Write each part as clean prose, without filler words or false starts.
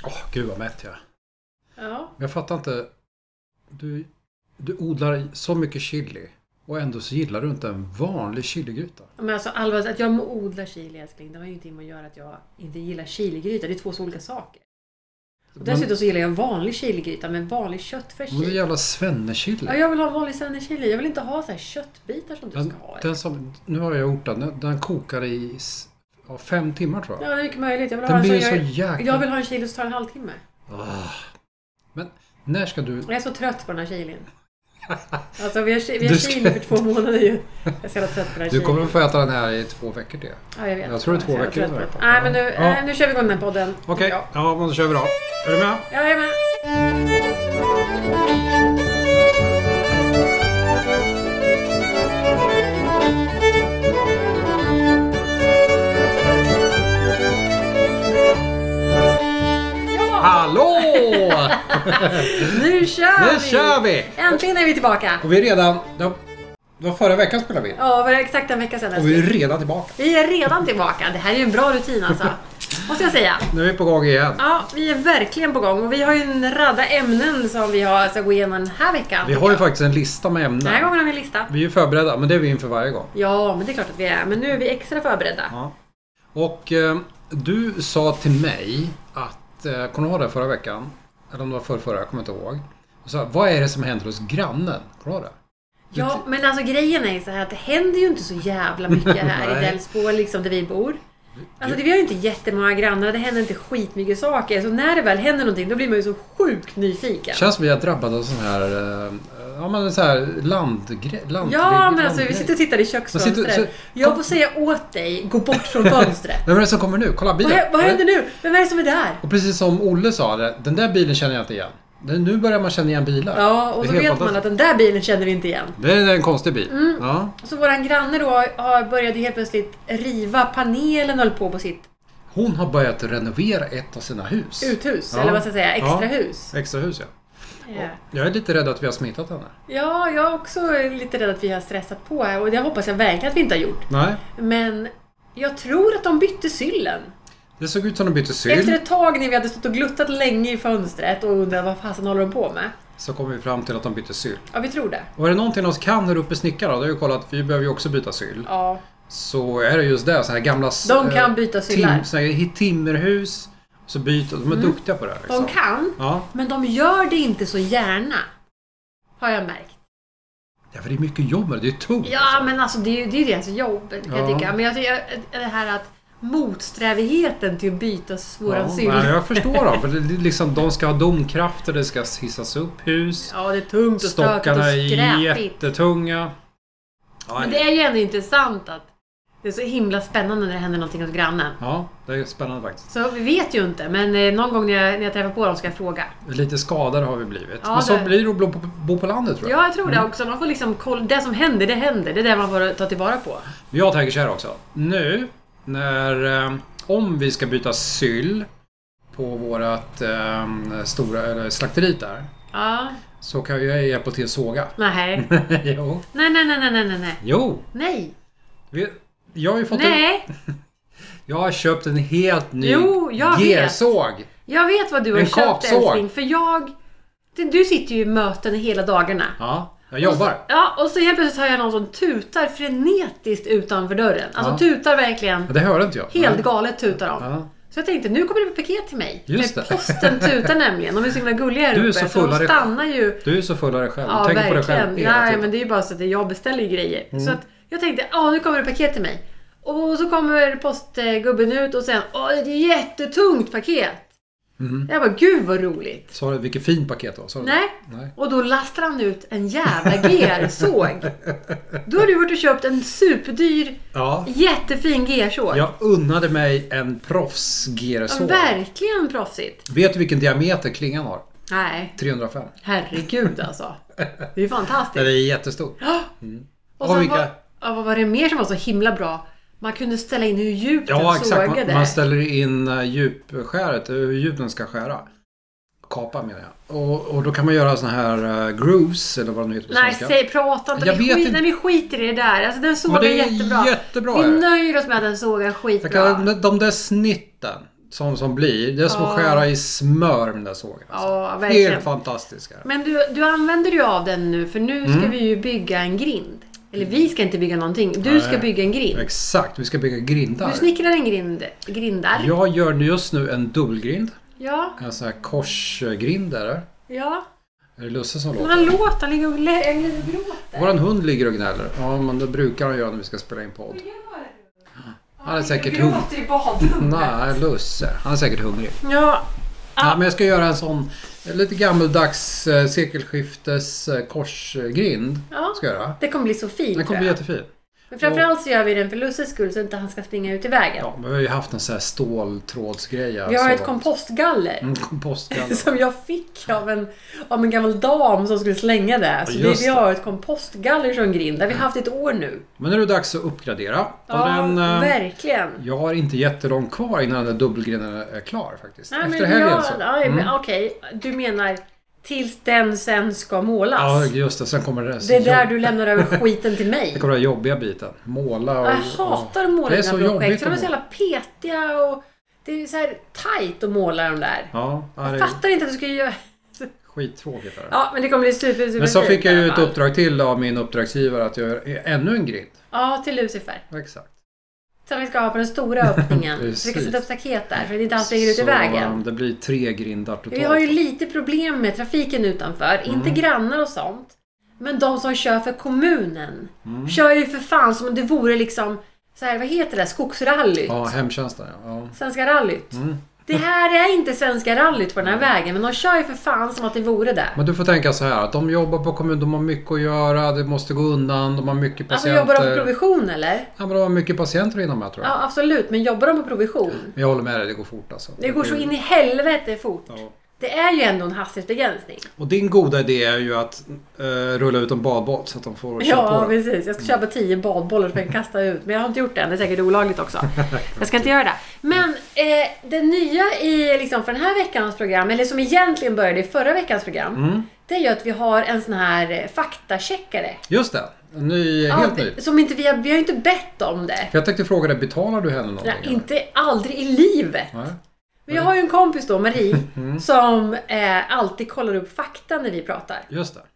Gud vad mätt jag. Ja. Jag fattar inte. Du odlar så mycket chili. Och ändå så gillar du inte en vanlig chiligryta. Men alltså allvarligt, att jag odlar chili, älskling, det har ju ingenting med att göra att jag inte gillar chiligryta. Det är två så olika saker. Och dessutom så gillar jag en vanlig chiligryta med vanlig köttfärs i. Men det är jävla svennechili. Ja, jag vill ha vanlig svennechili. Jag vill inte ha så här köttbitar som du ska ha. Den som, nu har jag gjort den kokar i 5 timmar tror jag. Ja, det är mycket möjligt. Jag vill den ha blir så jäkla... Jag vill ha en chili som tar en halvtimme. Men när ska du... Jag är så trött på den här chilin. Alltså vi har chili för 2 månader ju. Jag är så trött på den här Du kommer att få äta den här i 2 veckor till. Ja, jag vet. Jag tror det är 2 veckor. Nej, men nu kör vi igång den här podden. Okej, ja, men då kör vi då. Är du med? Ja, jag är med. Hallå! Nu kör vi! Äntligen är vi tillbaka. Och vi är redan... Det var förra veckan spelade vi. Ja, det var exakt en vecka sedan. Och vi är redan tillbaka. Vi är redan tillbaka. Det här är ju en bra rutin alltså. Måste jag säga. Nu är vi på gång igen. Ja, vi är verkligen på gång. Och vi har ju en radda ämnen som vi ska gå igenom den här veckan. Vi har ju faktiskt en lista med ämnen. Den här gången har vi en lista. Vi är ju förberedda, men det är vi inför varje gång. Ja, men det är klart att vi är. Men nu är vi extra förberedda. Ja. Och du sa till mig att... Kommer du ihåg det förra veckan? Eller om det var förra, jag kommer inte ihåg. Och så, vad är det som händer hos grannen? Kommer du ihåg det? Ja, men alltså grejen är så här att det händer ju inte så jävla mycket här i Delsbo, liksom där vi bor. Alltså vi har ju inte jättemånga grannar, det händer inte skitmycket saker. Så när det väl händer någonting, då blir man ju så sjukt nyfiken. Känns som vi har drabbat av sån här... Ja, men så här Ja, men alltså vi sitter och tittar i köksfönstret. Jag får säga åt dig, gå bort från fönstret. Vem är det som kommer nu? Kolla bilen. Vad händer nu? Vem är det som är där? Och precis som Olle sa, den där bilen känner jag inte igen. Nu börjar man känna igen bilar. Ja, och så vet man att den där bilen känner vi inte igen. Det är en konstig bil. Mm. Ja. Så våran granne då har börjat helt plötsligt riva panelen, höll på sitt... Hon har börjat renovera ett av sina hus. Uthus, eller vad ska jag säga, extra hus. Extra hus, ja. Ja. Jag är lite rädd att vi har smittat henne. Ja, jag är också lite rädd att vi har stressat på här. Och det hoppas jag verkligen att vi inte har gjort. Nej. Men jag tror att de bytte syllen. Det såg ut som de bytte syll. Efter ett tag när vi hade stått och gluttat länge i fönstret och undrat vad fasen håller de på med. Så kom vi fram till att de bytte syll. Ja, vi tror det. Och är det någonting de kan här uppe snickare då? Det har ju kollat att vi behöver ju också byta syll. Ja. Så är det just det, så här gamla... De kan byta syllar. Så här timmerhus. Så byter, de är duktiga på det här. Liksom. De kan, men de gör det inte så gärna. Har jag märkt. Ja, för det är mycket jobb med det. Det är tungt. Ja, alltså. Men alltså det är ju deras jobb, kan jag tycka. Men jag tycker det här att motsträvigheten till att byta våran syl. Ja, jag förstår dem. För det, liksom, de ska ha domkrafter, det ska hissas upp hus. Ja, det är tungt och stökigt och skräpigt. Stockarna är jättetunga. Ja, men det är ju ändå intressant att det är så himla spännande när det händer någonting hos grannen. Ja, det är spännande faktiskt. Så vi vet ju inte, men någon gång när jag träffar på dem ska jag fråga. Lite skadade har vi blivit. Ja, men så blir det att bo på landet, tror jag. Ja, jag tror det också. Man får liksom kolla. Det som händer, det händer. Det är det man får ta tillvara på. Jag tänker så här också. Nu, om vi ska byta syll på vårat stora slakteri där. Ja. Så kan jag hjälpa till att såga. Nej. Jo. Nej. Jo. Nej. Jag har ju fått jag har köpt en helt ny gersåg. Jag vet vad du har köpt, älskling. För du sitter ju i möten hela dagarna. Ja, jag jobbar. Och så helt plötsligt hör jag någon som tutar frenetiskt utanför dörren. Alltså tutar verkligen. Ja, det hörde inte jag. Helt galet tutar de. Ja. Så jag tänkte, nu kommer det ett paket till mig. Just för posten tutar nämligen. De är så himla gulliga här uppe. Du är så full av dig. Stannar ju. Du är så full av dig själv. Ja, tänker verkligen. på dig själv. Nej, men det är ju bara så att jag beställer ju grejer. Så att jag tänkte, nu kommer det ett paket till mig. Och så kommer postgubben ut och sen, det är ett jättetungt paket. Jag bara, gud vad roligt. Sa du vilket fint paket då? Nej. Och då lastar han ut en jävla gersåg. Då har du varit och köpt en superdyr, jättefin gersåg. Jag unnade mig en proffs-gersåg. Ja, verkligen proffsigt. Vet du vilken diameter klingan har? Nej. 305. Herregud alltså. Det är fantastiskt. Det är jättestort. Och sen vad var det mer som var så himla bra? Man kunde ställa in hur djupt den sågade. Ja, man ställer in djupskäret, hur djupt den ska skära. Kapa menar jag. Och då kan man göra såna här grooves, eller vad de heter på svenska. Nej, prata inte. Vi skiter i det där. Alltså den sågar jättebra. Jättebra. Vi nöjer oss med att den sågar skitbra. De där snitten, som blir. Det är som att skära i smör med den där sågen. Alltså. Ja, verkligen. Helt fantastiska. Men du använder ju av den nu, för nu ska vi ju bygga en grind. Eller vi ska inte bygga någonting. Du ska bygga en grind. Exakt, vi ska bygga grindar. Du snickrar en grindar. Jag gör just nu en dubbelgrind. Ja. En sån här korsgrind där. Ja. Är det Lusse som låter? Men han låter, han ligger och gråter. Våran hund ligger och gnäller. Ja, men det brukar han göra när vi ska spela in podd. Han är säkert hungrig. I badrummet. Nej, Lusse. Han är säkert hungrig. Ja. Ja, men jag ska göra en sån lite gammeldags sekelskiftes korsgrind. Ja. Ska jag göra. Det kommer bli så fint. Den kommer bli jättefin. Men framförallt så gör vi den för Lusses skull så att inte han ska springa ut i vägen. Ja, men vi har ju haft en sån här ståltrådsgrej. Vi har ett kompostgaller. Kompostgaller. Som jag fick av en gammal dam som skulle slänga det. Så vi har ett kompostgaller som grind. Det har vi haft ett år nu. Men nu är det dags att uppgradera. Ja, verkligen. Jag har inte jättelångt kvar innan den där dubbelgrinden är klar faktiskt. Nej, efter men helgen okej. Du menar tills den sen ska målas? Ja, just det. Sen kommer det. Det är där du lämnar över skiten till mig. Det kommer den jobbiga biten. Måla och... Jag hatar att måla dina projekt. För de är så jävla petiga och det är så här tajt att måla dem där. Ja, jag fattar inte att du ska göra... Skittråkigt. Ja, men det kommer bli super Men så fick jag ju ett uppdrag till av min uppdragsgivare att göra ännu en grind. Ja, till Lucifer. Exakt. Som vi ska ha på den stora öppningen. Vi ska sätta upp staket där för att det inte alls ligger ut i vägen. Det blir 3 grindar totalt. Vi har ju lite problem med trafiken utanför. Inte grannar och sånt. Men de som kör för kommunen kör ju för fan som om det vore liksom så här, vad heter det? Skogsrallyt. Ja, hemtjänsten. Ja. Svenska rallyt. Det här är inte svenska rallyt på den här vägen. Men de kör ju för fan som att det vore det. Men du får tänka så här. Att de jobbar på kommun. De har mycket att göra. Det måste gå undan. De har mycket patienter. Alltså jobbar de på provision eller? Ja, men de har mycket patienter innan med, tror jag. Ja, absolut. Men jobbar de på provision? Men jag håller med dig. Det går fort alltså. Det går så in i helvete fort. Ja. Det är ju ändå en hastighetsbegränsning. Och din goda idé är ju att rulla ut en badboll så att de får köra på. Ja, precis. Jag ska köpa 10 badbollar som jag kan kasta ut. Men jag har inte gjort det än. Det är säkert olagligt också. Jag ska inte göra det. Men det nya i, liksom, för den här veckans program, eller som egentligen började i förra veckans program, det är ju att vi har en sån här faktacheckare. Just det. En ny, helt ny. Som inte vi har ju inte bett om det. För jag tänkte fråga dig, betalar du henne någonting? Ja, inte aldrig i livet. Nej. Vi har ju en kompis då, Marie, som alltid kollar upp fakta när vi pratar. Just det.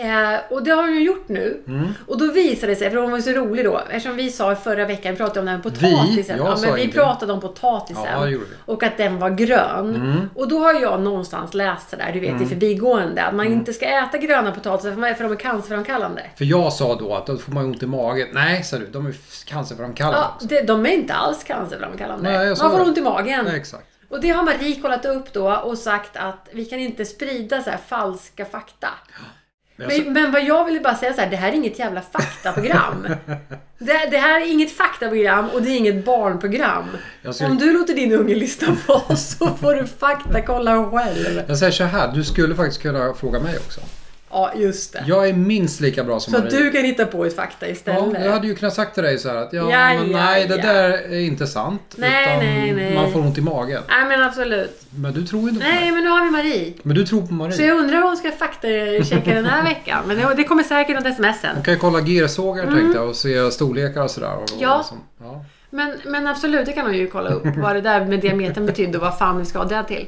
Och det har hon ju gjort nu. Och då visade det sig, för hon var så rolig då, eftersom vi sa förra veckan, vi pratade om den potatisen. Vi pratade om potatisen. Ja, det gjorde vi. Och att den var grön. Och då har jag någonstans läst det där, du vet, i förbigående, att man inte ska äta gröna potatisar för de är cancerframkallande. För jag sa då att då får man ont i magen. Nej, sa du, de är cancerframkallande. Ja, de är inte alls cancerframkallande. Nej, man får ont i magen. Nej, exakt. Och det har Marie kollat upp då och sagt att vi kan inte sprida så här falska fakta. Men vad jag ville bara säga så här, det här är inget jävla faktaprogram. det här är inget faktaprogram och det är inget barnprogram. Om du låter din unge lyssna på oss så får du faktakolla själv. Jag säger så här, du skulle faktiskt kunna fråga mig också. Ja, just det. Jag är minst lika bra som Marie. Så du kan hitta på ett fakta istället. Ja, jag hade ju kunnat sagt till dig så här att det där är inte sant. Nej. Man får ont i magen. Nej, men absolut. Men du tror inte på mig. Nej, men nu har vi Marie. Men du tror på Marie. Så jag undrar vad hon ska faktachecka den här veckan. Men det kommer säkert något sms-en. Man kan ju kolla gersågar tänkte jag och se storlekar och sådär. Ja. Men absolut, det kan man ju kolla upp. Vad det där med diametern betyder och vad fan vi ska ha det till.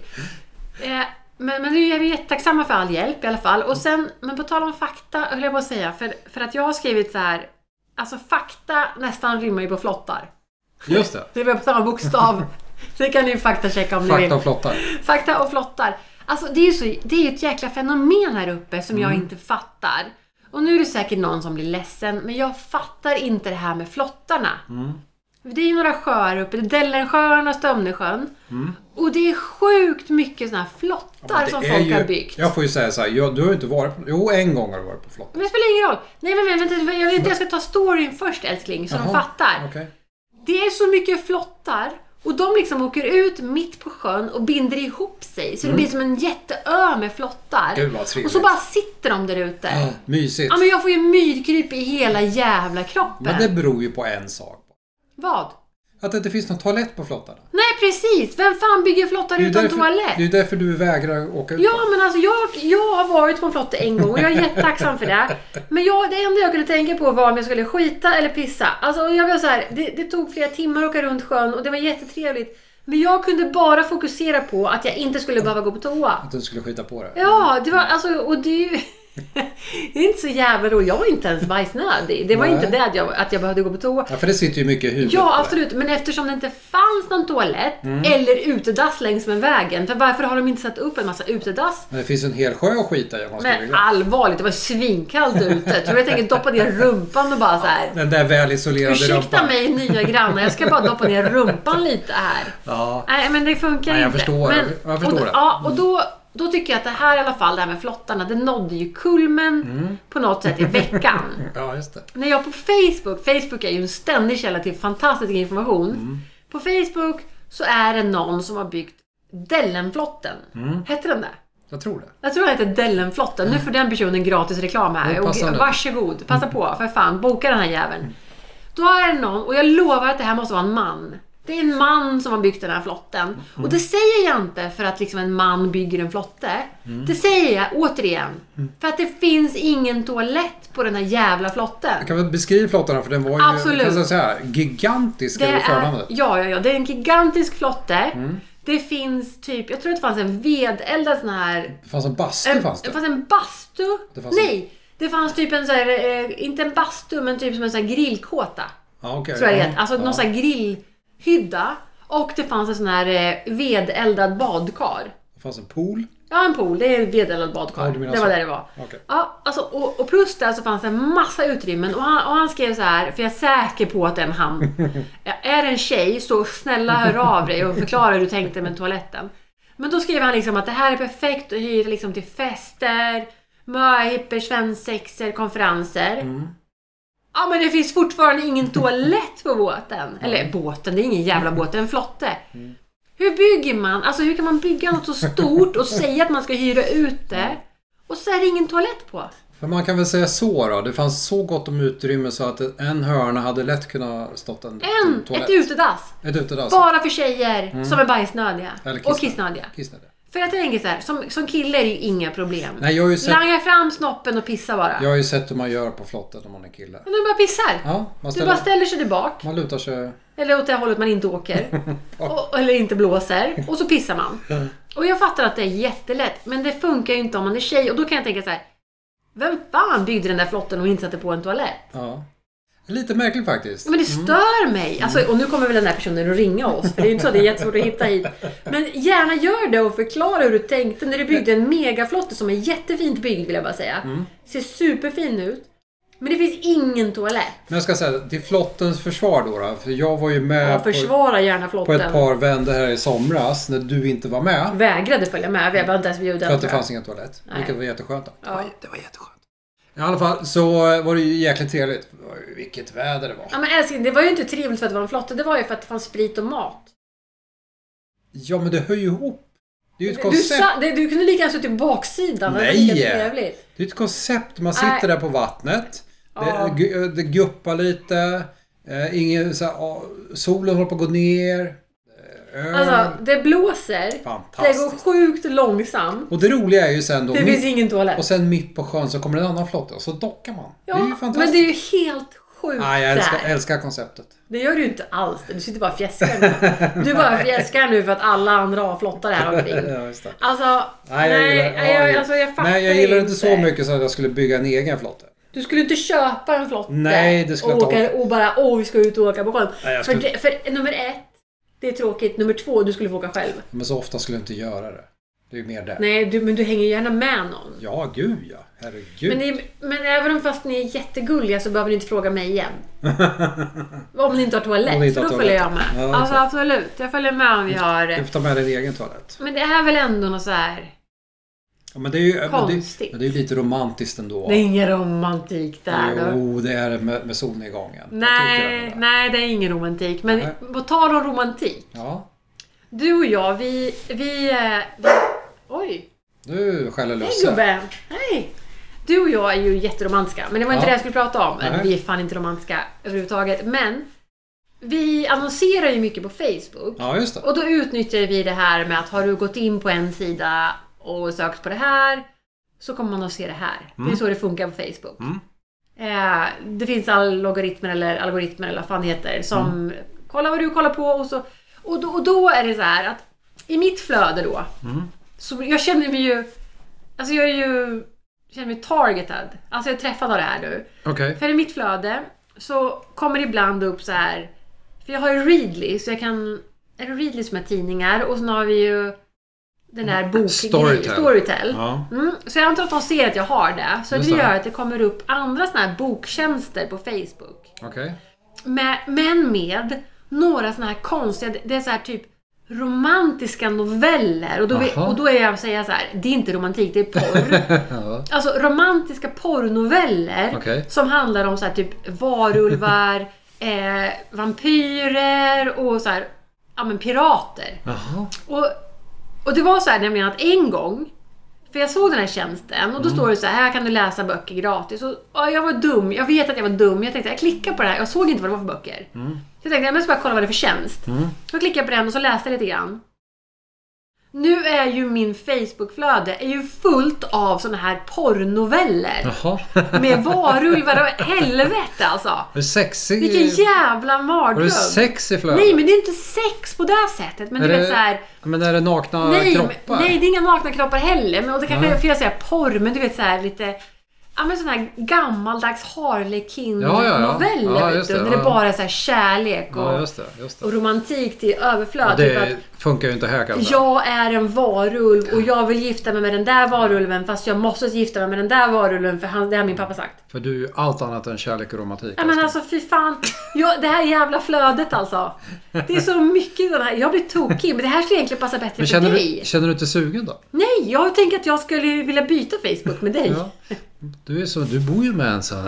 Men nu är vi jättetacksamma för all hjälp i alla fall. Och sen, men på tal om fakta, höll jag på att säga. För att jag har skrivit så här. Alltså fakta nästan rimmar ju på flottar. Just det. Det är på samma bokstav. Det kan ni ju faktachecka om ni vill. Fakta och flottar. Fakta och flottar. Alltså det är ju ett jäkla fenomen här uppe som jag inte fattar. Och nu är det säkert någon som blir ledsen. Men jag fattar inte det här med flottarna. Det är ju några sjöar uppe. Det är Dellensjön och Stömnesjön. Och det är sjukt mycket såna här flottar som folk har byggt. Jag får ju säga så här, du har ju inte varit på... Jo, en gång har du varit på flottar. Men det spelar ingen roll. Nej, men jag ska ta storyn först, älskling, så de fattar. Okay. Det är så mycket flottar. Och de liksom åker ut mitt på sjön och binder ihop sig. Så det blir som en jätteö med flottar. Gud, vad trevligt. Och så bara sitter de där ute. Mysigt. Ja, men jag får ju myrkryp i hela jävla kroppen. Men det beror ju på en sak. Vad? Att det inte finns någon toalett på flottarna. Nej, precis. Vem fan bygger flottar utan toalett? Det är därför du vägrar åka ut. Ja, men alltså jag har varit på en flotte en gång och jag är jättetacksam för det. Men det enda jag kunde tänka på var om jag skulle skita eller pissa. Alltså jag var så här, det tog flera timmar att åka runt sjön och det var jättetrevligt. Men jag kunde bara fokusera på att jag inte skulle behöva gå på toa. Att du skulle skita på det. Ja, det var alltså, och det är ju det är inte så jävla roligt. Jag var inte ens bajsnödig. Det var inte det att jag behövde gå på toa. Ja, för det sitter ju mycket i huvudet. Ja, absolut. Men eftersom det inte fanns någon toalett eller utedass längs med vägen. För varför har de inte satt upp en massa utedass? Men det finns en hel sjö att skita i. Men allvarligt, det var svinkallt ute. Tror jag tänker doppa ner rumpan och bara så här. Den där väl isolerade rumpan. Ursäkta mig, nya grannar. Jag ska bara doppa ner rumpan lite här. Ja. Nej, men det funkar inte. Jag förstår det. Ja, och då tycker jag att det här i alla fall, det här med flottarna, det nådde ju kulmen på något sätt i veckan. Ja, just det. När jag på Facebook är ju en ständig källa till fantastisk information. På Facebook så är det någon som har byggt Dellenflotten. Heter den det? Jag tror det. Jag tror det heter Dellenflotten. Nu får den personen gratis reklam här. Och varsågod, passa på, för fan, boka den här jäveln. Då är det någon, och jag lovar att det här måste vara en man. Det är en man som har byggt den här flotten. Och det säger jag inte för att liksom en man bygger en flotte. Det säger jag återigen. För att det finns ingen toalett på den här jävla flotten. Jag kan väl beskriva flottarna, för den var ju absolut. Så här, gigantisk. Det är, ja, det är en gigantisk flotte. Det finns typ, jag tror att det fanns en vedeldad sån här... Det fanns en bastu, Det fanns en bastu. Det fanns typ en så här, inte en bastu, men typ som en sån här grillkåta. Ja, okej. Så är det. Alltså någon sån här grillhydda. Och det fanns en sån här vedeldad badkar. Det fanns en pool. Ja, en pool. Det är en vedeldad badkar. Ja, det var där det var. Okay. Ja, alltså, och plus där så fanns det en massa utrymmen. Och han skrev så här, för jag är säker på att det är en han. Är det en tjej, så snälla hör av dig och förklara hur du tänkte med toaletten. Men då skrev han liksom att det här är perfekt att hyra liksom till fester, möhipper, svensexer, konferenser. Ja, men det finns fortfarande ingen toalett på båten. Eller båten, det är ingen jävla båt, det är en flotte. Hur bygger man? Alltså hur kan man bygga något så stort och säga att man ska hyra ut det och så är det ingen toalett på? För man kan väl säga så då. Det fanns så gott om utrymme så att en hörna hade lätt kunnat stått en toalett. Ett utedass. Bara för tjejer som är bajsnödiga. Och kissnödiga. För jag tänker så här, som kille är det ju inga problem. Nej, jag har ju sett... Langa fram snoppen och pissa bara. Jag har ju sett hur man gör på flotten om man är kille. Men du bara pissar. Ja, du bara ställer sig tillbaka. Man lutar sig. Eller åt det hållet man inte åker. Eller inte blåser. Och så pissar man. Och jag fattar att det är jättelätt. Men det funkar ju inte om man är tjej. Och då kan jag tänka så här. Vem fan byggde den där flotten och inte satte på en toalett? Ja. Lite märkligt faktiskt. Men det stör mig. Alltså, och nu kommer väl den här personen att ringa oss. För det är ju inte så, det är jättesvårt att hitta hit. Men gärna gör det och förklara hur du tänkte när du byggde en megaflotte som är jättefint byggd, vill jag bara säga. Ser superfin ut. Men det finns ingen toalett. Men jag ska säga, till flottens försvar då. För jag var ju med gärna flotten. På ett par vändor här i somras när du inte var med. Vägrade följa med. Vi var inte ens bjuden. För att det fanns ingen toalett. Nej. Vilket var jätteskönt. Ja. Det var jätteskönt. I alla fall så var det ju jäkligt trevligt. Vilket väder det var. Ja, men älskling, det var ju inte trevligt för att det var en flotte. Det var ju för att det fanns sprit och mat. Ja, men det hör ju ihop. Det är ju ett koncept. Du kunde lika gärna suttit på baksidan. Nej! Det är ett koncept. Man sitter där på vattnet. Det guppar lite. Solen håller på att gå ner. Alltså, det blåser. Det går sjukt långsamt. Och det roliga är ju sen då... Det finns ingen toalett. Och sen mitt på sjön så kommer en annan flotte och så dockar man. Ja, det är ju fantastiskt. Men det är ju helt sjukt. Nej, jag älskar konceptet. Det gör du inte alls. Du sitter bara och fjäskar nu. Du bara fjäskar nu för att alla andra har flottar här omkring. Ja, just det. Alltså, jag fattar jag gillar inte så mycket så att jag skulle bygga en egen flotte. Du skulle inte köpa en flotte. Nej, det skulle jag inte. Och bara, vi ska ut och åka på sjön. Nej, för nummer 1, det är tråkigt. Nummer 2, du skulle få åka själv. Men så ofta skulle jag inte göra det. Det är ju mer det. Nej, men du hänger gärna med någon. Ja, gud ja. Herregud. Men även om fast ni är jättegulliga så behöver ni inte fråga mig igen. Om ni inte har toalett. För då följer jag med. Ja, alltså absolut. Jag följer med om vi har... Du får ta med din egen toalett. Men det är väl ändå något så här... Ja, men det är ju konstigt. Men det är ju lite romantiskt ändå. Det är ingen romantik där. Jo, det är med solnedgången. Nej, det är ingen romantik. Men vad tar om romantik? Ja. Du och jag, vi oj. Du skäller Lusse. Hej gubben. Hej. Du och jag är ju jätteromantiska. Men det var inte det jag skulle prata om. Vi är fan inte romantiska överhuvudtaget. Men vi annonserar ju mycket på Facebook. Ja, just det. Och då utnyttjar vi det här med att har du gått in på en sida och sökt på det här så kommer man att se det här. Det är så det funkar på Facebook. Det finns algoritmer eller vad fan det heter som kollar vad du kollar på Och då är det så här att i mitt flöde då, så jag känner mig ju, alltså jag känner mig targetad. Alltså jag är träffad av det här nu. Okay. För i mitt flöde så kommer det ibland upp så här, för jag har ju Readly, så jag kan, är det Readly som är tidningar, och sen har vi ju den här boken Storytel. Ja. Så jag antar att de ser att jag har det. Så det gör att det kommer upp andra såna här boktjänster på Facebook. Okay. Men med några såna här konstiga, det är så här typ romantiska noveller. Och då är jag säga så här, det är inte romantik, det är porr. Alltså romantiska porrnoveller som handlar om så här typ varulvar, vampyrer och så här, ja men pirater. Och det var så här nämligen att en gång, för jag såg den här tjänsten och då står det så här kan du läsa böcker gratis. Och jag var dum, jag vet att jag var dum. Jag tänkte, jag klickar på det här, jag såg inte vad det var för böcker. Så jag tänkte, jag måste bara kolla vad det är för tjänst. Så klickade jag på den och så läste jag lite grann. Nu är ju min Facebookflöde är ju fullt av såna här porrnoveller. Med varulvar och helvete alltså. Är det sexig? Vilken jävla mardröm. Är det sex i flödet? Nej, men det är inte sex på det sättet. Men är du vet så här. Men är det nakna kroppar? Nej, det är inga nakna kroppar heller. Men, och det kanske är fel att säga porr, men du vet så här lite. Ja, men sån här gammaldags Harlequin-noveller, där det bara är så här kärlek och romantik till överflöd. Det typ funkar ju inte här kanske. Jag är en varulv och jag vill gifta mig med den där varulven, fast jag måste gifta mig med den där varulven, för det har min pappa sagt. För du är allt annat än kärlek och romantik. Ja, men alltså fy fan. Det här jävla flödet alltså. Det är så mycket den här. Jag blir tokig, men det här skulle egentligen passa bättre för dig. Känner du inte sugen då? Nej, jag tänker att jag skulle vilja byta Facebook med dig. Ja. Du bor ju med en sån.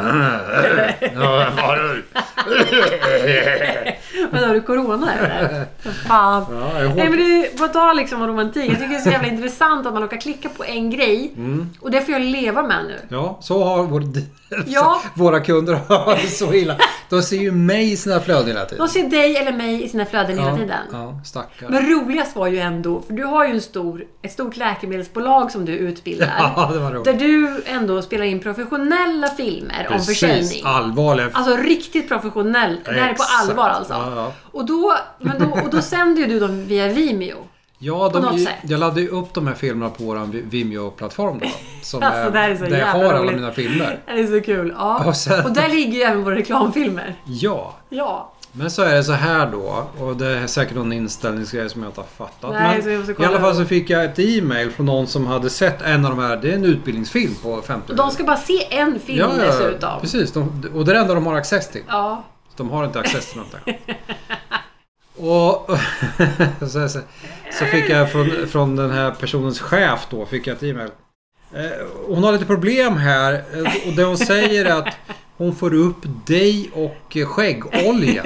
Men har du corona eller? Fan. Nej, men det är bara liksom om romantik. Jag tycker det är så jävla intressant att man råkar klicka på en grej. Och det får jag leva med nu. Ja, så har våra kunder har det så illa. De ser ju mig i sina flöden hela tiden. De ser dig eller mig i sina flöden hela tiden. Ja, stackar. Men roligast var ju ändå, för du har ju ett stort läkemedelsbolag som du utbildar. Ja, det var roligt. Där du ändå spelar in professionella filmer om försäljning. Allvarliga. Alltså riktigt professionellt. Det här är på allvar alltså. Ja. Och då sänder ju du dem via Vimeo. Ja, jag laddade ju upp de här filmerna på vår Vimeo-plattform då. Som alltså, det här är så där jag har alla mina filmer. Det är så kul. Ja. Och där ligger ju även våra reklamfilmer. Ja. Men så är det så här då. Och det är säkert någon inställningsgrej som jag inte har fattat. Nej, men i alla fall så fick jag ett e-mail från någon som hade sett en av de här. Det är en utbildningsfilm på 50 och de ska bara se en film dessutom. Precis. Och det är det enda de har access till. Ja. De har inte access till någonting. Och så fick jag från den här personens chef då, fick jag ett e-mail. Hon har lite problem här. Och det hon säger är att hon får upp dig och skäggolja.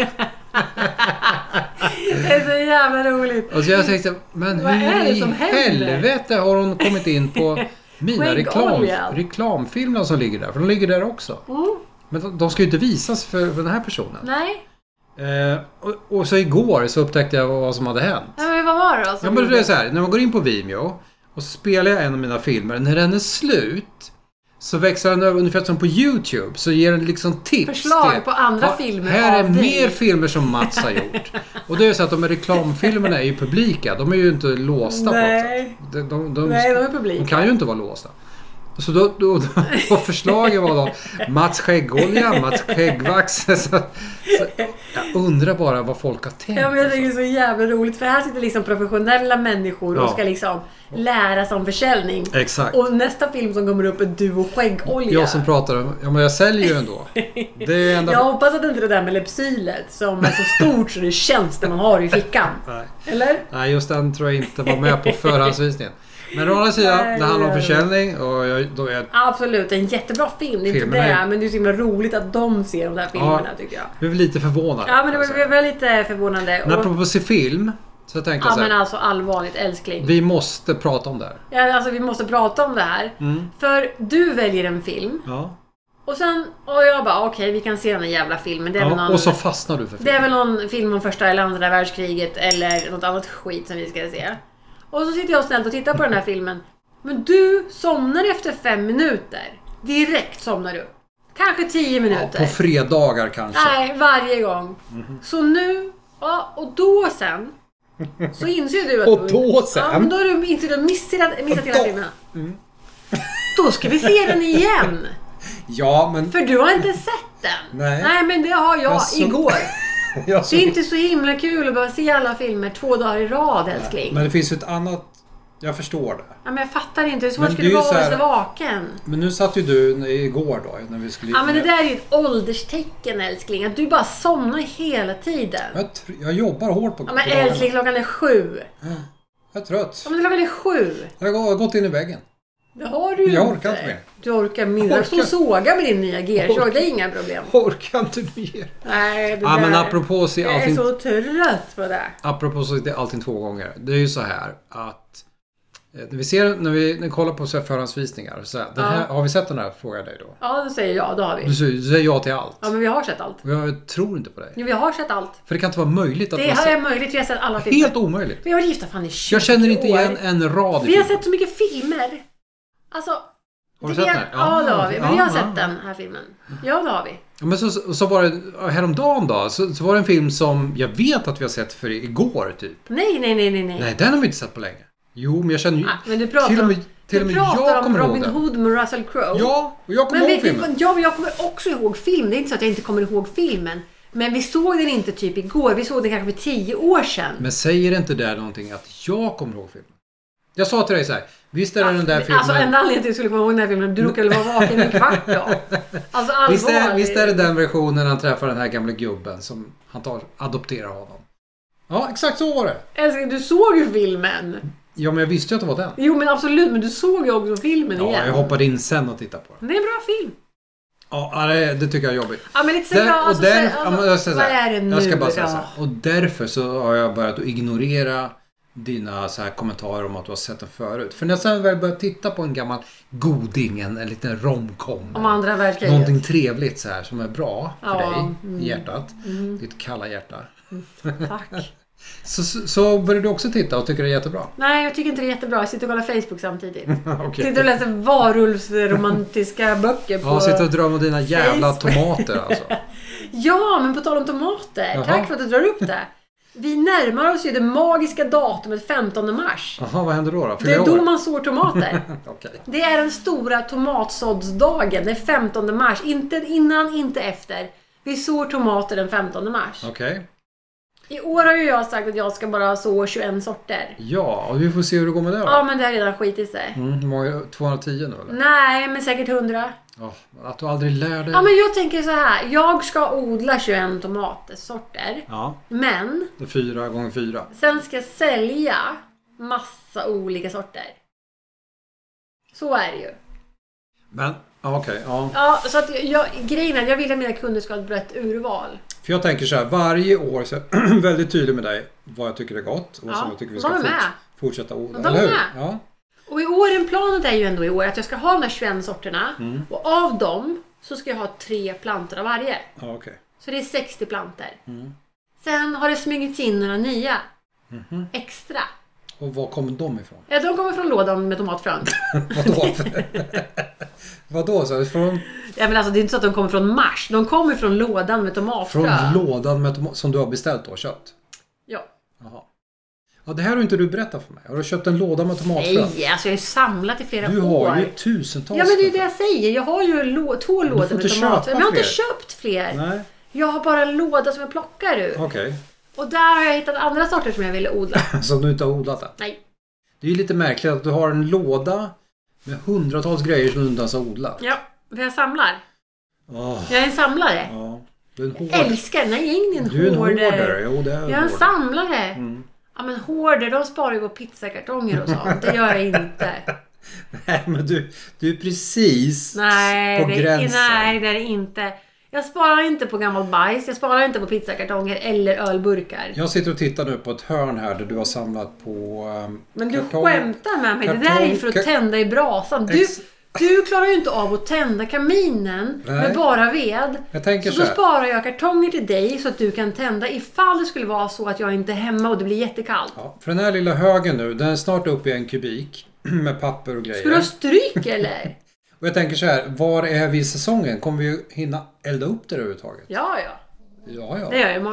Det är så jävla roligt. Och så jag tänkte, men hur i helvete har hon kommit in på mina reklamfilmer som ligger där? För de ligger där också. Men de ska ju inte visas för den här personen. Nej. Och så igår så upptäckte jag vad som hade hänt. Ja, men vad var det då? Ja, men det är så här, när man går in på Vimeo och så spelar jag en av mina filmer. När den är slut så växlar den över ungefär som på YouTube. Så ger den liksom tips. Förslag på andra filmer. Här är mer filmer som Mats har gjort. Och det är så att de här reklamfilmerna är ju publika. De är ju inte låsta. Nej. På de är publika. De kan ju inte vara låsta. Så då förslaget var då Mats skäggolja, Mats skäggvax. Så jag undrar bara vad folk har tänkt. Ja, men jag tycker det är så jävla roligt. För här sitter liksom professionella människor och ska liksom lära sig om försäljning. Exakt. Och nästa film som kommer upp är du och skäggolja. Jag som pratar om, ja men jag säljer ju ändå. Det är jag hoppas att inte det där med lepsylet som är så stort så det känns det man har i fickan. Nej. Eller? Nej, just den tror jag inte var med på förhandsvisningen. Men å andra sidan, det handlar om försäljning och då är... Absolut, en jättebra film, det är inte det. Men det är så himla roligt att de ser de där filmerna, tycker jag. Vi är lite förvånade. Ja, men det var lite förvånande. Men apropå se film, så tänkte jag så här, men alltså allvarligt, älskling. vi måste prata om det här. Ja, alltså vi måste prata om det här. För du väljer en film. Ja. Och sen, och jag bara, okej, vi kan se den här jävla filmen. Det är väl någon, och så fastnar du för filmen. Det är väl någon film om första eller andra världskriget eller något annat skit som vi ska se. Och så sitter jag snällt och tittar på den här filmen. Men du somnar efter 5 minuter. Direkt somnar du. Kanske 10 minuter. Ja, på fredagar kanske. Nej, varje gång. Så nu, och då sen Så inser du att... Och då sen... Ja, men då har du missat hela filmen. Då ska vi se den igen. Ja, men... För du har inte sett den. Nej, men det har jag igår. Det är inte så himla kul att bara se alla filmer 2 dagar i rad, älskling. Men det finns ju ett annat... Jag förstår det. Ja, men jag fattar inte. Hur svårt skulle det vara att vara vaken? Men nu satt ju du igår då när vi skulle... Ja, men det där är ju ett ålderstecken, älskling. Att du bara somnar hela tiden. Jag jobbar hårt på... Ja, men älskling, klockan är 7. Jag är trött. Ja, men klockan är 7. Jag har gått in i väggen. Det har du ju Jag orkar inte mer. Du orkar mindre. Så såga med din nya G-tjag. Det är inga problem. Orkar inte mer. Nej, det men apropå se allting... Jag är så trött på det. Apropå se allting 2 gånger. Det är ju så här att... Vi ser när vi kollar på förhandsvisningar. Så här, har vi sett den här? Frågar jag dig då. Ja, då säger jag. Då har vi. Du säger ja till allt. Ja, men vi har sett allt. Jag tror inte på dig. Jo, vi har sett allt. För det kan inte vara möjligt att... Det här är möjligt. Vi har sett alla filmer. Helt omöjligt. Vi har varit gifta fan i 20 Jag känner inte år. igen en rad. Vi har sett så mycket filmer. Alltså... Har du sett den? Ja, det har vi. Men vi har sett den här filmen. Ja, det har vi. Ja, men så var det häromdagen då. Så var det en film som jag vet att vi har sett för igår typ. Nej. Nej, den har vi inte sett på länge. Jo, men jag känner ju... Men du pratar om Robin Hood med Russell Crowe. Ja, och jag kommer ihåg filmen. Ja, men jag kommer också ihåg film. Det är inte så att jag inte kommer ihåg filmen. Men vi såg den inte typ igår. Vi såg den kanske för 10 år sedan. Men säger inte där någonting att jag kommer ihåg filmen? Jag sa till dig så här. Visst är det den där filmen... Alltså enda anledningen till att du skulle komma ihåg den här filmen. Du råkade vara vaken en kvart då. Alltså allvarligt. Visst är det den versionen han träffar den här gamla gubben som han adopterar honom. Ja, exakt så var det. Älskling, du såg ju filmen. Ja, men jag visste ju att det var den. Jo, men absolut. Men du såg ju också filmen igen. Ja, jag hoppade in sen och tittade på den. Det är en bra film. Ja, det tycker jag är jobbigt. Ja, men lite så bra. Vad är det nu? Jag ska bara säga så här. Och därför så har jag börjat att ignorera dina så här kommentarer om att du har sett den förut. För när jag sen väl börjat titta på en gammal goding, en liten romcom. Om andra världskriget. Någonting trevligt så här som är bra för dig i hjärtat. Mm. Ditt kalla hjärta. Tack. Så börjar du också titta och tycker det är jättebra? Nej, jag tycker inte det är jättebra. Jag sitter och kollar Facebook samtidigt. Okay. Sitter och läser varulvsromantiska böcker på... Ja, sitter och drömmer om dina jävla tomater alltså. Ja, men på tal om tomater. Jaha. Tack för att du drar upp det. Vi närmar oss ju det magiska datumet 15 mars. Jaha, vad händer då? Det är då man sår tomater. Okay. Det är den stora tomatsåddsdagen. Det är 15 mars. Inte innan, inte efter. Vi sår tomater den 15 mars. Okej. Okay. I år har ju jag sagt att jag ska bara så 21 sorter. Ja, och vi får se hur det går med det då. Ja, men det har redan skit i sig. Hur många? 210 nu eller? Nej, men säkert 100. Ja, att du aldrig lär dig. Ja, men jag tänker så här. Jag ska odla 21 tomatsorter. Ja. Men... Det är 4 gånger 4. Sen ska jag sälja massa olika sorter. Så är det ju. Men, okej. Ja. Ja, så att grejen är att jag vill att mina kunder ska ha ett brett urval. För jag tänker så här, varje år så är jag väldigt tydlig med dig vad jag tycker är gott och som jag tycker vi ska fortsätta odla. Eller hur? Ja. Och i år, planet är ju ändå i år att jag ska ha de här 21 sorterna. Och av dem så ska jag ha 3 plantor av varje. Ja, okay. Så det är 60 plantor. Sen har det smugits in några nya. Extra. Och var kommer de ifrån? Ja, de kommer från lådan med tomatfrön. Vadå? Vadå? Så från... Ja, men alltså det är inte så att de kommer från Mars. De kommer från lådan med tomatfrön. Från lådan med som du har beställt då, köpt? Ja. Jaha. Ja, det här har inte du berättat för mig. Har du köpt en låda med tomatfrön? Nej, alltså jag har ju samlat i flera år. Du har ju tusentals. Ja, men det är det jag säger. Jag har ju 2 lådor med tomatfrön. Men jag har inte köpt fler. Nej. Jag har bara en låda som jag plockar ur. Okej. Och där har jag hittat andra sorter som jag ville odla. Som du inte har odlat än? Nej. Det är ju lite märkligt att du har en låda med hundratals grejer som du inte ens har odlat. Ja, för jag samlar. Jag är en samlare. Ja. Du är en jag älskar. Nej, jag är ingen du är en hoarder. Jo, det är jag är en samlare. Ja, men hoarder, de sparar ju på pizzakartonger och sånt. Det gör jag inte. Nej, men du är precis på gränsen. Nej, det är det inte. Jag sparar inte på gammal bajs. Jag sparar inte på pizzakartonger eller ölburkar. Jag sitter och tittar nu på ett hörn här där du har samlat på men du skämtar med mig. Det där är ju för att tända i brasan. Du klarar ju inte av att tända kaminen med bara ved. Jag tänker så då sparar jag kartonger till dig så att du kan tända ifall det skulle vara så att jag inte är hemma och det blir jättekallt. Ja, för den här lilla högen nu, den är snart uppe i 1 kubik med papper och grejer. Ska du ha stryk eller? Och jag tänker så här, var är vi i säsongen? Kommer vi hinna elda upp det överhuvudtaget? Ja. Ja. Det gör jag imorgon.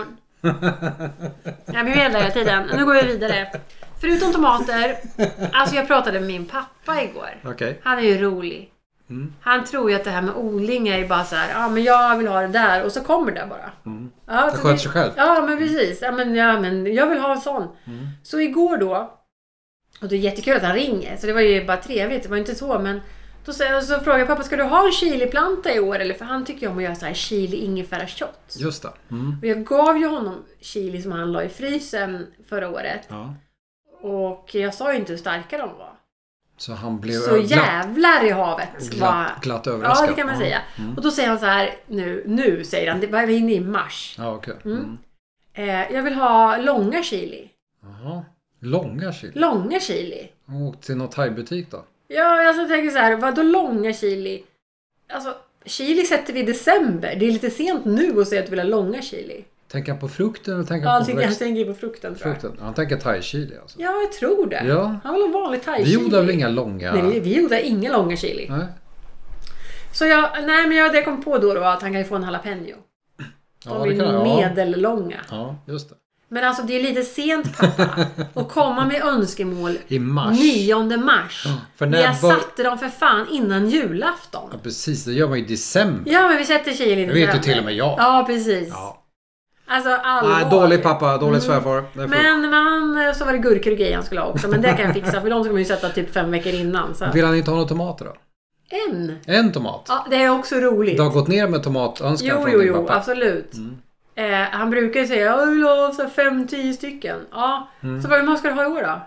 Ja, men vi är där hela tiden. Nu går vi vidare. Förutom tomater. Alltså jag pratade med min pappa igår. Okay. Han är ju rolig. Han tror ju att det här med odling är bara så här. Ja, men jag vill ha det där. Och så kommer det bara. Ja, det sköter sig själv. Ja, men precis. Ja, men jag vill ha en sån. Så igår då. Och det är jättekul att han ringer. Så det var ju bara trevligt. Det var inte så, men... Så frågade jag pappa, ska du ha en chiliplanta i år? Eller för han tycker ju om att göra så här chili ingefära shots. Just det. Och jag gav ju honom chili som han la i frysen förra året. Ja. Och jag sa ju inte hur starka de var. Så han blev så jävlar i havet. Glatt överraskad. Ja, det kan man säga. Och då säger han så här, nu säger han, det var inne i mars. Ja, okej. Jag vill ha långa chili. Jaha, långa chili? Långa chili. Och till någon thai-butik då? Ja, alltså jag tänker så här, vadå långa chili? Alltså, chili sätter vi i december. Det är lite sent nu att säga att du vill ha långa chili. Tänker han på frukten eller tänker han på jag tänker på frukten, tror jag. Ja, han tänker thai-chili alltså. Ja, jag tror det. Ja. Han vill ha vanlig thai-chili. Vi odlar väl inga långa... Nej, vi odlar inga långa chili. Nej. Så det kom på då att han kan ju få en jalapeno. Ja, det kan medellånga. Ja, just det. Men alltså det är lite sent, pappa, att komma med önskemål i mars. 9 mars. För jag satte dem för fan innan julafton. Ja, precis. Det gör man i december. Ja, men vi sätter chili. Det vet ju till och med jag. Ja, precis. Ja. Alltså allvarligt. Dålig pappa, dålig svärfar. Men så var det gurkor och grejer han skulle ha också. Men det kan jag fixa, för de ska man ju sätta typ 5 veckor innan. Så. Vill han inte ha några tomater då? En tomat? Ja, det är också roligt. Du har gått ner med tomatönskan från din pappa? Absolut. Han brukar ju säga, jag vill ha 5-10 stycken. Ja. Så vad många ska du ha i år då?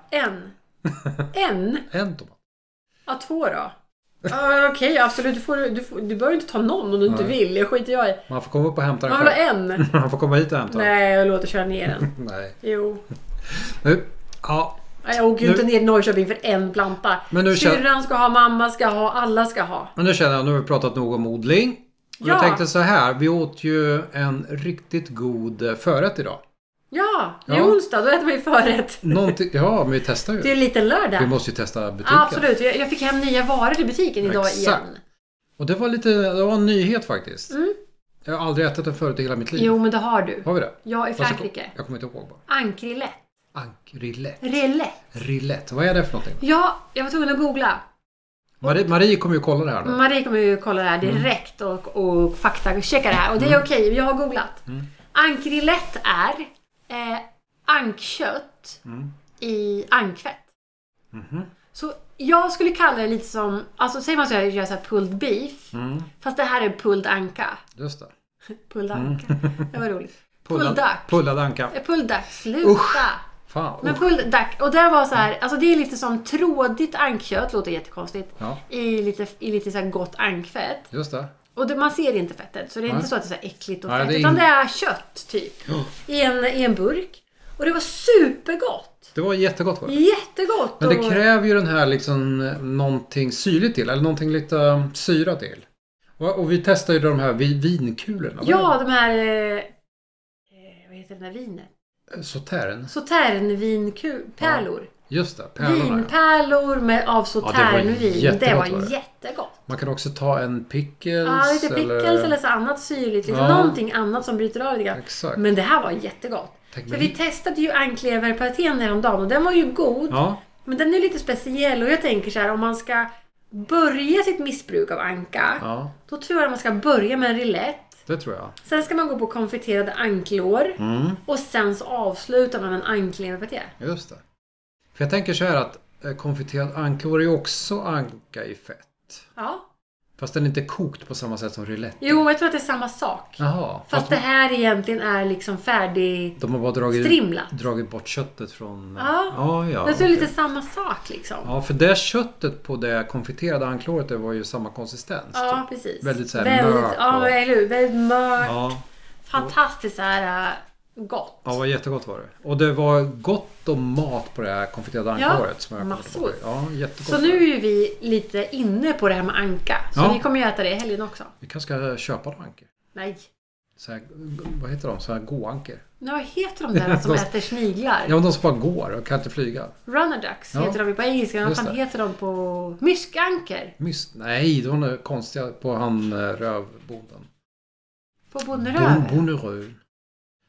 En tomat. Ja, 2 då. Okej, absolut. Du behöver inte ta någon om du inte vill. Jag skiter jag i. Man får komma upp och hämta den. Man vill ha en. Man får komma hit och hämta den. Nej, jag låter köra ner den. Nej. Jo. Nu, ja. Jag åker ju inte ner i Norrköping för en planta. Syrran ska ha, mamma ska ha, alla ska ha. Men nu känner jag, nu har vi pratat nog om odling. Och jag tänkte så här, vi åt ju en riktigt god förrätt idag. Ja, det är onsdag, då äter man ju förrätt. Ja, men vi testar ju. Det är en liten lördag. Vi måste ju testa butiken. Absolut, jag fick hem nya varor i butiken idag igen. Och det var en nyhet faktiskt. Jag har aldrig ätit den förut i hela mitt liv. Jo, men det har du. Har vi det? Ja, i Frankrike. Jag kommer inte ihåg bara. Ankrilett. Rillet. Vad är det för någonting? Ja, jag var tvungen att googla. Marie kommer ju kolla det här nu. Marie kommer ju kolla det här direkt och faktachecka det här. Och det är okej, jag har googlat. Ankrilett är ankkött i ankfett. Så jag skulle kalla det lite som, alltså säger man så här, gör så här pulled beef. Fast det här är pulled anka. Just det. Pulled anka. Det var roligt. Pullad anka. Pulled duck. Sluta. Fan, men pulled duck. Och det var så här, alltså det är lite som trådigt ankkött, låter jättekonstigt. Ja. I lite så här gott ankfett. Just det. Och man ser inte fettet, så det är inte så att det är så här äckligt och fett, utan det är kött typ. I en burk. Och det var supergott. Det var jättegott var det. Jättegott. Men det kräver ju den här liksom någonting syrligt till, eller någonting lite syra till. Och vi testade ju de här vinkulorna. Ja, de här vad heter det där vinet? Sauternvinpärlor. Ja, just det, pärlorna. Vinpärlor av sauternvin. Det var jättegott. Man kan också ta en pickles. Ja, lite pickles eller så annat syrligt. Någonting annat som bryter av lite. Exakt. Men det här var jättegott. För vi testade ju ankleverpatén häromdagen och den var ju god. Ja. Men den är lite speciell och jag tänker så här, om man ska börja sitt missbruk av anka, då tror jag att man ska börja med en rillett. Det tror jag. Sen ska man gå på konfiterade anklår och sen så avslutar man med en ankleverpaté. Just det. För jag tänker så här att konfiterad anklår är ju också anka i fett. Ja. Fast den är inte kokt på samma sätt som rillette. Jo, jag tror att det är samma sak. Jaha. Fast det här egentligen är liksom färdig. De har bara dragit bort köttet från... Ja. Det är lite samma sak liksom. Ja, för det köttet på det konfiterade anklåret, det var ju samma konsistens. Ja, precis. Väldigt så här mört. Ja, eller hur? Väldigt mört. Ja. Fantastiskt så här gott. Ja, det var jättegott var det. Och det var gott och mat på det här konfiterade anklåret. Som jag massor. Ja, jättegott. Så nu är ju vi lite inne på det här med anka. Så vi kommer ju äta det i helgen också. Vi kanske ska köpa några ankor. Nej. Så här, vad heter de? Så här gåankor. Nej, vad heter de där som äter sniglar? Ja, men de som bara går och kan inte flyga. Runner ducks heter de på engelska. Vad fan heter de på myskanker? Nej, de är konstiga på han rövbonden. På bonneröv? Bonneröv.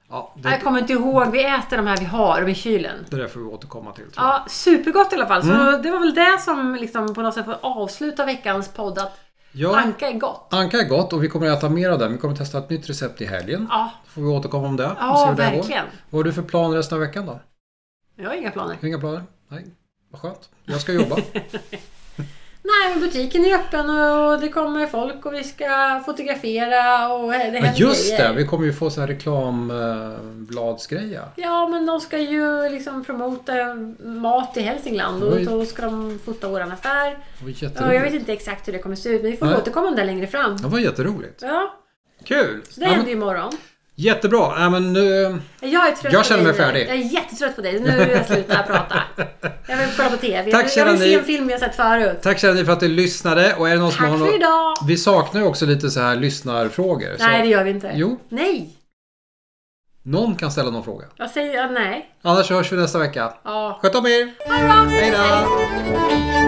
Ja, Jag kommer inte ihåg. Vi äter de här vi har i kylen. Det där får vi återkomma till. Tror jag. Ja, supergott i alla fall. Så det var väl det som liksom på något sätt får avsluta veckans podd. Att anka är gott. Anka är gott och vi kommer att äta mer av det. Vi kommer att testa ett nytt recept i helgen. Ja. Då får vi återkomma om det. Ja, verkligen. Vad har du för plan resten av veckan då? Jag har inga planer. Inga planer? Nej, vad skönt. Jag ska jobba. Nej, men butiken är öppen och det kommer folk och vi ska fotografera och det händer just grejer. det, vi kommer ju få så här reklambladsgrejer. Ja, men de ska ju liksom promota mat i Hälsingland och då ska de fota våran affär. Och jag vet inte exakt hur det kommer se ut, men vi får återkomma om det längre fram. Det var jätteroligt. Ja. Kul! Så det händer ju imorgon. Jättebra. Men nu... Jag är trött jag känner mig på dig. färdig. Jag är jättetrött på dig. Nu vill jag sluta prata. Jag vill kolla på TV. Tack, jag vill se en film jag sett förut. Tack känner ni för att du lyssnade. Och är det någon Tack för idag. Vi saknar ju också lite så här lyssnarfrågor. Nej, det gör vi inte. Jo. Nej. Någon kan ställa någon fråga. Jag säger nej. Annars hörs vi nästa vecka. Ja. Sköt om er. Ha det bra. Hej då. Hej.